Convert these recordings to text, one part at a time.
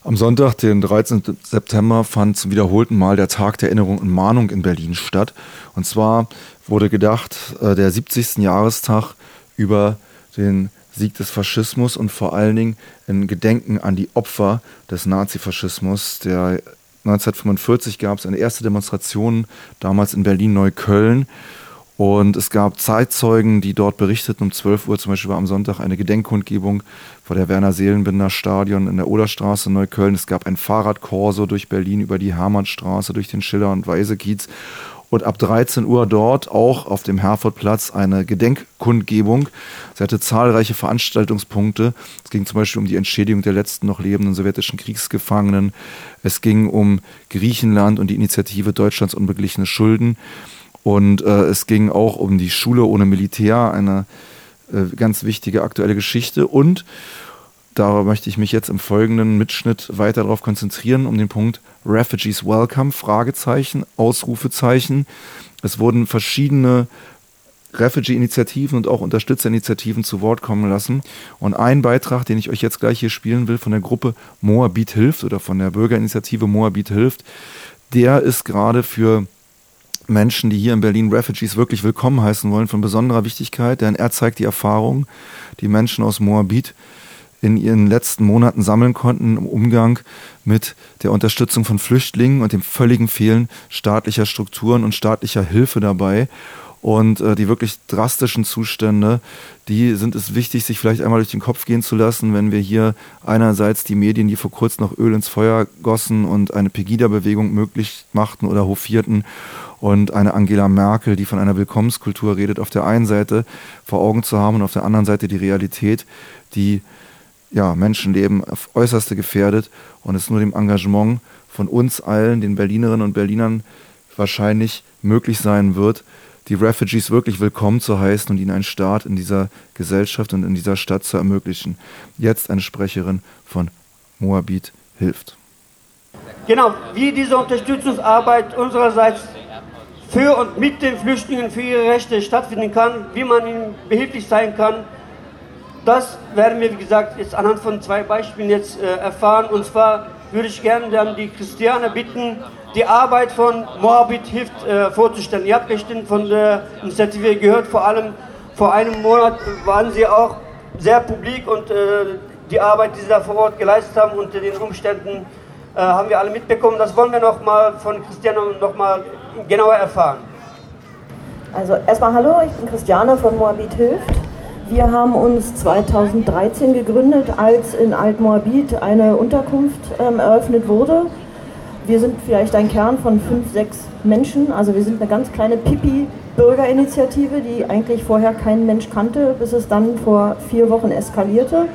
Am Sonntag, den 13. September, fand zum wiederholten Mal der Tag der Erinnerung und Mahnung in Berlin statt. Und zwar wurde gedacht, der 70. Jahrestag über den Sieg des Faschismus und vor allen Dingen in Gedenken an die Opfer des Nazifaschismus. 1945 gab es eine erste Demonstration, damals in Berlin-Neukölln. Und es gab Zeitzeugen, die dort berichteten, um 12 Uhr zum Beispiel war am Sonntag eine Gedenkkundgebung vor der Werner-Seelenbinder-Stadion in der Oderstraße in Neukölln. Es gab ein Fahrradkorso durch Berlin über die Hermannstraße, durch den Schiller- und Weisekiez. Und ab 13 Uhr dort auch auf dem Herfordplatz eine Gedenkkundgebung. Sie hatte zahlreiche Veranstaltungspunkte. Es ging zum Beispiel um die Entschädigung der letzten noch lebenden sowjetischen Kriegsgefangenen. Es ging um Griechenland und die Initiative Deutschlands unbeglichene Schulden. Und es ging auch um die Schule ohne Militär, eine ganz wichtige aktuelle Geschichte. Und da möchte ich mich jetzt im folgenden Mitschnitt weiter darauf konzentrieren, um den Punkt Refugees Welcome, Fragezeichen, Ausrufezeichen. Es wurden verschiedene Refugee-Initiativen und auch Unterstützerinitiativen zu Wort kommen lassen. Und ein Beitrag, den ich euch jetzt gleich hier spielen will, von der Gruppe Moabit hilft oder von der Bürgerinitiative Moabit hilft, der ist gerade für Menschen, die hier in Berlin Refugees wirklich willkommen heißen wollen, von besonderer Wichtigkeit, denn er zeigt die Erfahrung, die Menschen aus Moabit in ihren letzten Monaten sammeln konnten im Umgang mit der Unterstützung von Flüchtlingen und dem völligen Fehlen staatlicher Strukturen und staatlicher Hilfe dabei. Und die wirklich drastischen Zustände, die sind es wichtig, sich vielleicht einmal durch den Kopf gehen zu lassen, wenn wir hier einerseits die Medien, die vor kurzem noch Öl ins Feuer gossen und eine Pegida-Bewegung möglich machten oder hofierten, und eine Angela Merkel, die von einer Willkommenskultur redet, auf der einen Seite vor Augen zu haben und auf der anderen Seite die Realität, die Menschenleben auf Äußerste gefährdet und es nur dem Engagement von uns allen, den Berlinerinnen und Berlinern, wahrscheinlich möglich sein wird, die Refugees wirklich willkommen zu heißen und ihnen einen Start in dieser Gesellschaft und in dieser Stadt zu ermöglichen. Jetzt eine Sprecherin von Moabit hilft. Genau, wie diese Unterstützungsarbeit unsererseits für und mit den Flüchtlingen für ihre Rechte stattfinden kann, wie man ihnen behilflich sein kann, das werden wir, wie gesagt, jetzt anhand von 2 Beispielen jetzt erfahren. Und zwar würde ich gerne dann die Christiane bitten, die Arbeit von Moabit hilft vorzustellen. Ihr habt bestimmt von der Initiative gehört, vor allem vor einem Monat waren sie auch sehr publik und die Arbeit, die sie da vor Ort geleistet haben, unter den Umständen haben wir alle mitbekommen. Das wollen wir nochmal von Christiane nochmal genauer erfahren. Also erstmal hallo, ich bin Christiane von Moabit hilft. Wir haben uns 2013 gegründet, als in Alt-Moabit eine Unterkunft eröffnet wurde. Wir sind vielleicht ein Kern von 5, 6 Menschen, also wir sind eine ganz kleine Pipi-Bürgerinitiative, die eigentlich vorher kein Mensch kannte, bis es dann vor 4 Wochen eskalierte.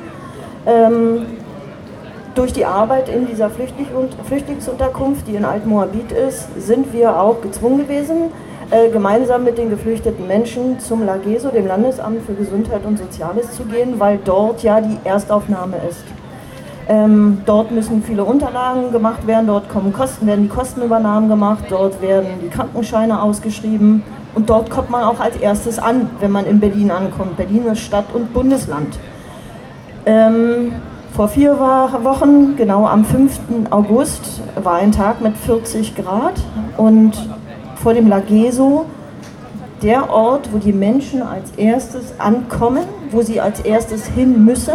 Durch die Arbeit in dieser Flüchtlingsunterkunft, die in Alt-Moabit ist, sind wir auch gezwungen gewesen, gemeinsam mit den geflüchteten Menschen zum LAGESO, dem Landesamt für Gesundheit und Soziales, zu gehen, weil dort ja die Erstaufnahme ist. Dort müssen viele Unterlagen gemacht werden, dort werden die Kostenübernahmen gemacht, dort werden die Krankenscheine ausgeschrieben und dort kommt man auch als erstes an, wenn man in Berlin ankommt. Berlin ist Stadt und Bundesland. Vor 4 Wochen, genau am 5. August, war ein Tag mit 40 Grad und vor dem LAGESO, der Ort, wo die Menschen als erstes ankommen, wo sie als erstes hin müssen,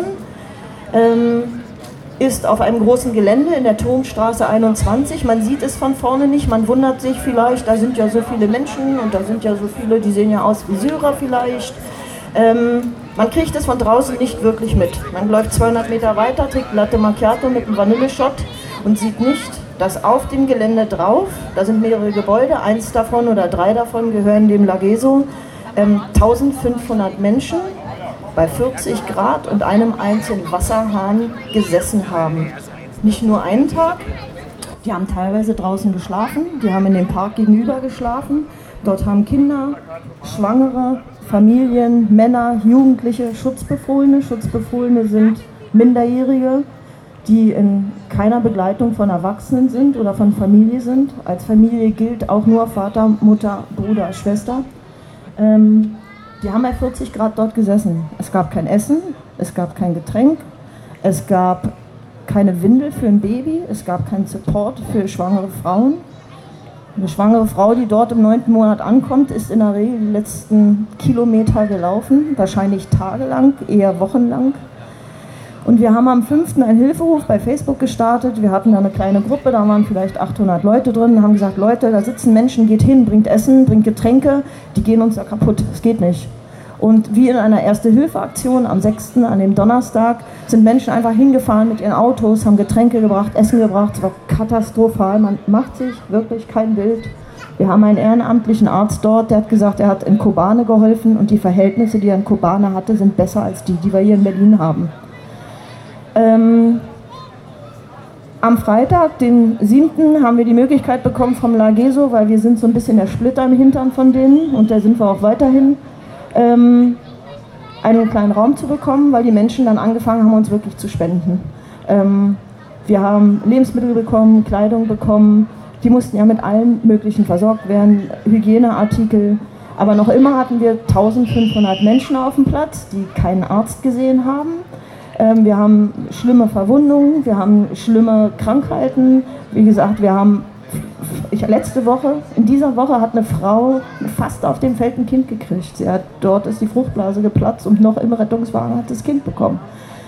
ist auf einem großen Gelände in der Turmstraße 21. Man sieht es von vorne nicht, man wundert sich vielleicht, da sind ja so viele Menschen und da sind ja so viele, die sehen ja aus wie Syrer vielleicht. Man kriegt es von draußen nicht wirklich mit. Man läuft 200 Meter weiter, trinkt Latte Macchiato mit einem Vanilleshot und sieht nicht, dass auf dem Gelände drauf, da sind mehrere Gebäude, 1 davon oder 3 davon gehören dem LAGESO, 1500 Menschen bei 40 Grad und einem einzigen Wasserhahn gesessen haben. Nicht nur einen Tag, die haben teilweise draußen geschlafen, die haben in dem Park gegenüber geschlafen. Dort haben Kinder, Schwangere, Familien, Männer, Jugendliche, Schutzbefohlene. Schutzbefohlene sind Minderjährige, die in keiner Begleitung von Erwachsenen sind oder von Familie sind. Als Familie gilt auch nur Vater, Mutter, Bruder, Schwester. Die haben bei 40 Grad dort gesessen. Es gab kein Essen, es gab kein Getränk, es gab keine Windel für ein Baby, es gab keinen Support für schwangere Frauen. Eine schwangere Frau, die dort im 9. Monat ankommt, ist in der Regel die letzten Kilometer gelaufen, wahrscheinlich tagelang, eher wochenlang. Und wir haben am 5. einen Hilferuf bei Facebook gestartet. Wir hatten da eine kleine Gruppe, da waren vielleicht 800 Leute drin, haben gesagt, Leute, da sitzen Menschen, geht hin, bringt Essen, bringt Getränke, die gehen uns da kaputt, es geht nicht. Und wie in einer Erste-Hilfe-Aktion am 6., an dem Donnerstag, sind Menschen einfach hingefahren mit ihren Autos, haben Getränke gebracht, Essen gebracht. Es war katastrophal, man macht sich wirklich kein Bild. Wir haben einen ehrenamtlichen Arzt dort, der hat gesagt, er hat in Kobane geholfen und die Verhältnisse, die er in Kobane hatte, sind besser als die wir hier in Berlin haben. Am Freitag, den 7., haben wir die Möglichkeit bekommen vom Lageso, weil wir sind so ein bisschen der Splitter im Hintern von denen und da sind wir auch weiterhin, einen kleinen Raum zu bekommen, weil die Menschen dann angefangen haben, uns wirklich zu spenden. Wir haben Lebensmittel bekommen, Kleidung bekommen, die mussten ja mit allem Möglichen versorgt werden, Hygieneartikel, aber noch immer hatten wir 1500 Menschen auf dem Platz, die keinen Arzt gesehen haben. Wir haben schlimme Verwundungen, wir haben schlimme Krankheiten, wie gesagt, wir haben in dieser Woche hat eine Frau fast auf dem Feld ein Kind gekriegt. Dort ist die Fruchtblase geplatzt und noch im Rettungswagen hat das Kind bekommen.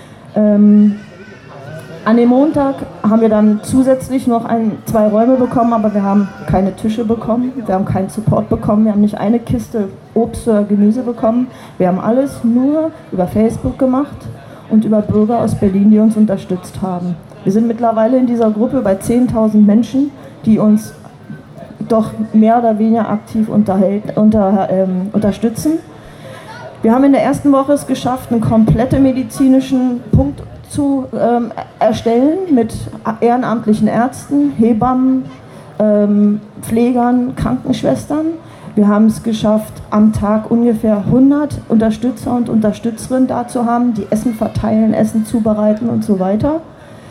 An dem Montag haben wir dann zusätzlich noch 2 Räume bekommen, aber wir haben keine Tische bekommen, wir haben keinen Support bekommen, wir haben nicht eine Kiste Obst oder Gemüse bekommen. Wir haben alles nur über Facebook gemacht und über Bürger aus Berlin, die uns unterstützt haben. Wir sind mittlerweile in dieser Gruppe bei 10.000 Menschen, die uns doch mehr oder weniger aktiv unterstützen. Wir haben in der ersten Woche es geschafft, einen kompletten medizinischen Punkt zu erstellen mit ehrenamtlichen Ärzten, Hebammen, Pflegern, Krankenschwestern. Wir haben es geschafft, am Tag ungefähr 100 Unterstützer und Unterstützerinnen da zu haben, die Essen verteilen, Essen zubereiten und so weiter.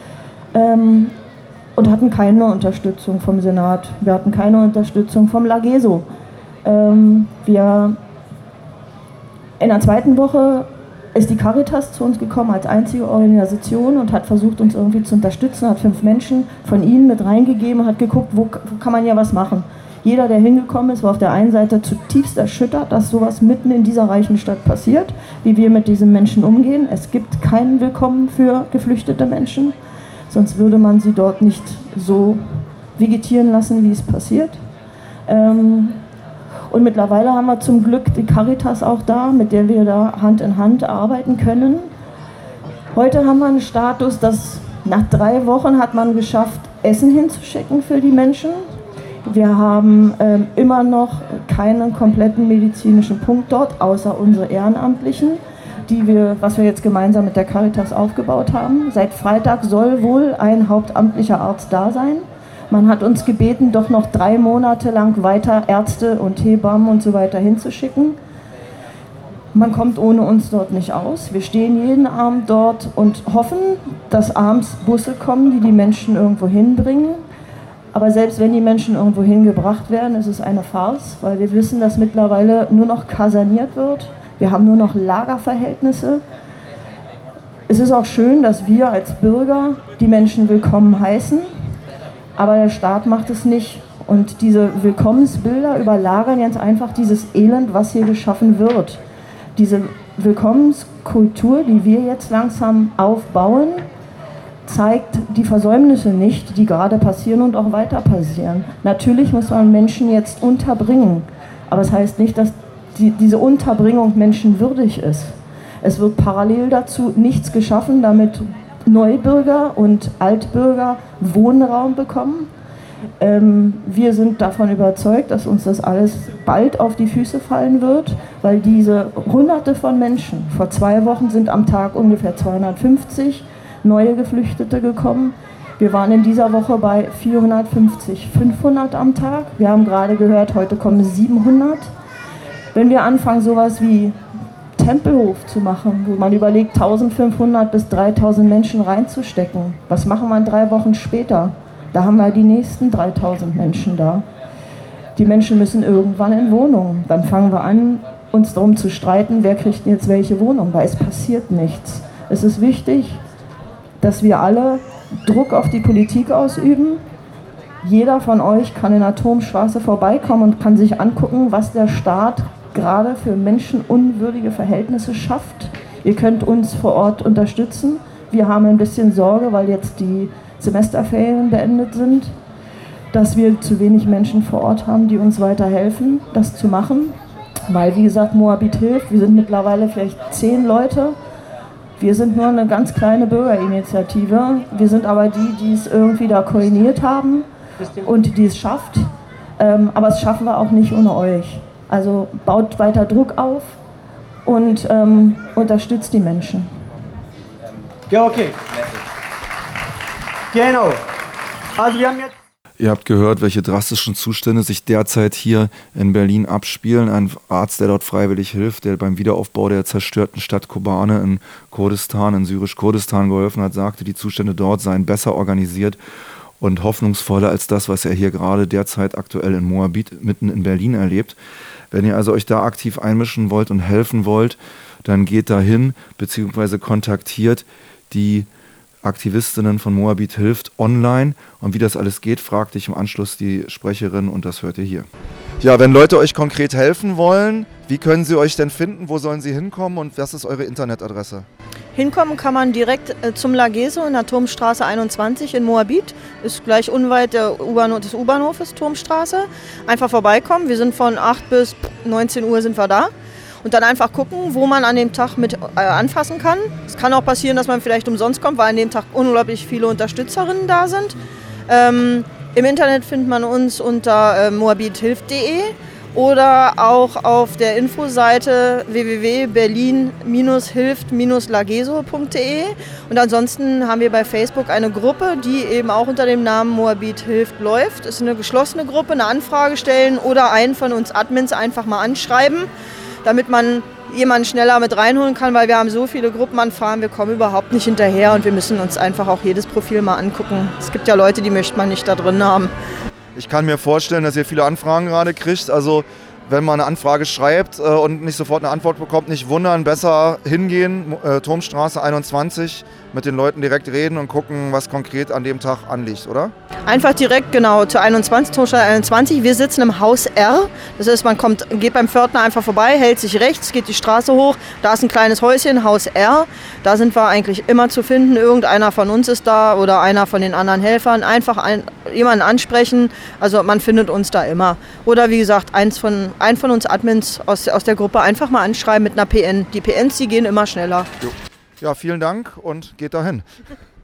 Und hatten keine Unterstützung vom Senat. Wir hatten keine Unterstützung vom Lageso. In der zweiten Woche ist die Caritas zu uns gekommen als einzige Organisation und hat versucht, uns irgendwie zu unterstützen, hat 5 Menschen von ihnen mit reingegeben und hat geguckt, wo kann man ja was machen. Jeder, der hingekommen ist, war auf der einen Seite zutiefst erschüttert, dass sowas mitten in dieser reichen Stadt passiert, wie wir mit diesen Menschen umgehen. Es gibt kein Willkommen für geflüchtete Menschen. Sonst würde man sie dort nicht so vegetieren lassen, wie es passiert. Und mittlerweile haben wir zum Glück die Caritas auch da, mit der wir da Hand in Hand arbeiten können. Heute haben wir einen Status, dass nach 3 Wochen hat man geschafft, Essen hinzuschicken für die Menschen. Wir haben immer noch keinen kompletten medizinischen Punkt dort, außer unsere Ehrenamtlichen, was wir jetzt gemeinsam mit der Caritas aufgebaut haben. Seit Freitag soll wohl ein hauptamtlicher Arzt da sein. Man hat uns gebeten, doch noch 3 Monate lang weiter Ärzte und Hebammen und so weiter hinzuschicken. Man kommt ohne uns dort nicht aus. Wir stehen jeden Abend dort und hoffen, dass abends Busse kommen, die Menschen irgendwo hinbringen. Aber selbst wenn die Menschen irgendwo hingebracht werden, ist es eine Farce, weil wir wissen, dass mittlerweile nur noch kaserniert wird. Wir haben nur noch Lagerverhältnisse. Es ist auch schön, dass wir als Bürger die Menschen willkommen heißen, aber der Staat macht es nicht. Und diese Willkommensbilder überlagern jetzt einfach dieses Elend, was hier geschaffen wird. Diese Willkommenskultur, die wir jetzt langsam aufbauen, zeigt die Versäumnisse nicht, die gerade passieren und auch weiter passieren. Natürlich muss man Menschen jetzt unterbringen, aber es heißt nicht, dass diese Unterbringung menschenwürdig ist. Es wird parallel dazu nichts geschaffen, damit Neubürger und Altbürger Wohnraum bekommen. Wir sind davon überzeugt, dass uns das alles bald auf die Füße fallen wird, weil diese Hunderte von Menschen, vor 2 Wochen sind am Tag ungefähr 250 neue Geflüchtete gekommen. Wir waren in dieser Woche bei 450, 500 am Tag. Wir haben gerade gehört, heute kommen 700. Wenn wir anfangen, sowas wie Tempelhof zu machen, wo man überlegt, 1500 bis 3000 Menschen reinzustecken, was machen wir 3 Wochen später? Da haben wir die nächsten 3000 Menschen da. Die Menschen müssen irgendwann in Wohnungen. Dann fangen wir an, uns darum zu streiten, wer kriegt jetzt welche Wohnung, weil es passiert nichts. Es ist wichtig, dass wir alle Druck auf die Politik ausüben. Jeder von euch kann in der Turmstraße vorbeikommen und kann sich angucken, was der Staat gerade für menschenunwürdige Verhältnisse schafft. Ihr könnt uns vor Ort unterstützen. Wir haben ein bisschen Sorge, weil jetzt die Semesterferien beendet sind, dass wir zu wenig Menschen vor Ort haben, die uns weiterhelfen, das zu machen. Weil, wie gesagt, Moabit hilft. Wir sind mittlerweile vielleicht 10 Leute. Wir sind nur eine ganz kleine Bürgerinitiative. Wir sind aber die es irgendwie da koordiniert haben und die es schafft. Aber es schaffen wir auch nicht ohne euch. Also baut weiter Druck auf und unterstützt die Menschen. Ja, okay. Genau. Also wir haben jetzt... Ihr habt gehört, welche drastischen Zustände sich derzeit hier in Berlin abspielen. Ein Arzt, der dort freiwillig hilft, der beim Wiederaufbau der zerstörten Stadt Kobane in Kurdistan, in Syrisch-Kurdistan geholfen hat, sagte, die Zustände dort seien besser organisiert und hoffnungsvoller als das, was er hier gerade derzeit aktuell in Moabit mitten in Berlin erlebt. Wenn ihr also euch da aktiv einmischen wollt und helfen wollt, dann geht dahin bzw. kontaktiert die Aktivistinnen von Moabit hilft online. Und wie das alles geht, fragt dich im Anschluss die Sprecherin und das hört ihr hier. Ja, wenn Leute euch konkret helfen wollen, wie können sie euch denn finden? Wo sollen sie hinkommen und was ist eure Internetadresse? Hinkommen kann man direkt zum Lageso in der Turmstraße 21 in Moabit. Ist gleich unweit des U-Bahnhofes Turmstraße. Einfach vorbeikommen. Wir sind von 8 bis 19 Uhr sind wir da. Und dann einfach gucken, wo man an dem Tag mit anfassen kann. Es kann auch passieren, dass man vielleicht umsonst kommt, weil an dem Tag unglaublich viele Unterstützerinnen da sind. Im Internet findet man uns unter moabithilft.de oder auch auf der Infoseite www.berlin-hilft-lageso.de. Und ansonsten haben wir bei Facebook eine Gruppe, die eben auch unter dem Namen Moabit hilft läuft. Es ist eine geschlossene Gruppe, eine Anfrage stellen oder einen von uns Admins einfach mal anschreiben, damit man jemanden schneller mit reinholen kann, weil wir haben so viele Gruppenanfragen, wir kommen überhaupt nicht hinterher und wir müssen uns einfach auch jedes Profil mal angucken. Es gibt ja Leute, die möchte man nicht da drin haben. Ich kann mir vorstellen, dass ihr viele Anfragen gerade kriegt. Also wenn man eine Anfrage schreibt und nicht sofort eine Antwort bekommt, nicht wundern, besser hingehen, Turmstraße 21, mit den Leuten direkt reden und gucken, was konkret an dem Tag anliegt, oder? Einfach direkt, genau, zur 21, Turmstraße 21. Wir sitzen im Haus R. Das heißt, man geht beim Pförtner einfach vorbei, hält sich rechts, geht die Straße hoch. Da ist ein kleines Häuschen, Haus R. Da sind wir eigentlich immer zu finden. Irgendeiner von uns ist da oder einer von den anderen Helfern. Einfach jemanden ansprechen. Also man findet uns da immer. Oder wie gesagt, einen von uns Admins aus der Gruppe einfach mal anschreiben mit einer PN. Die PNs, die gehen immer schneller. Ja, vielen Dank und geht dahin.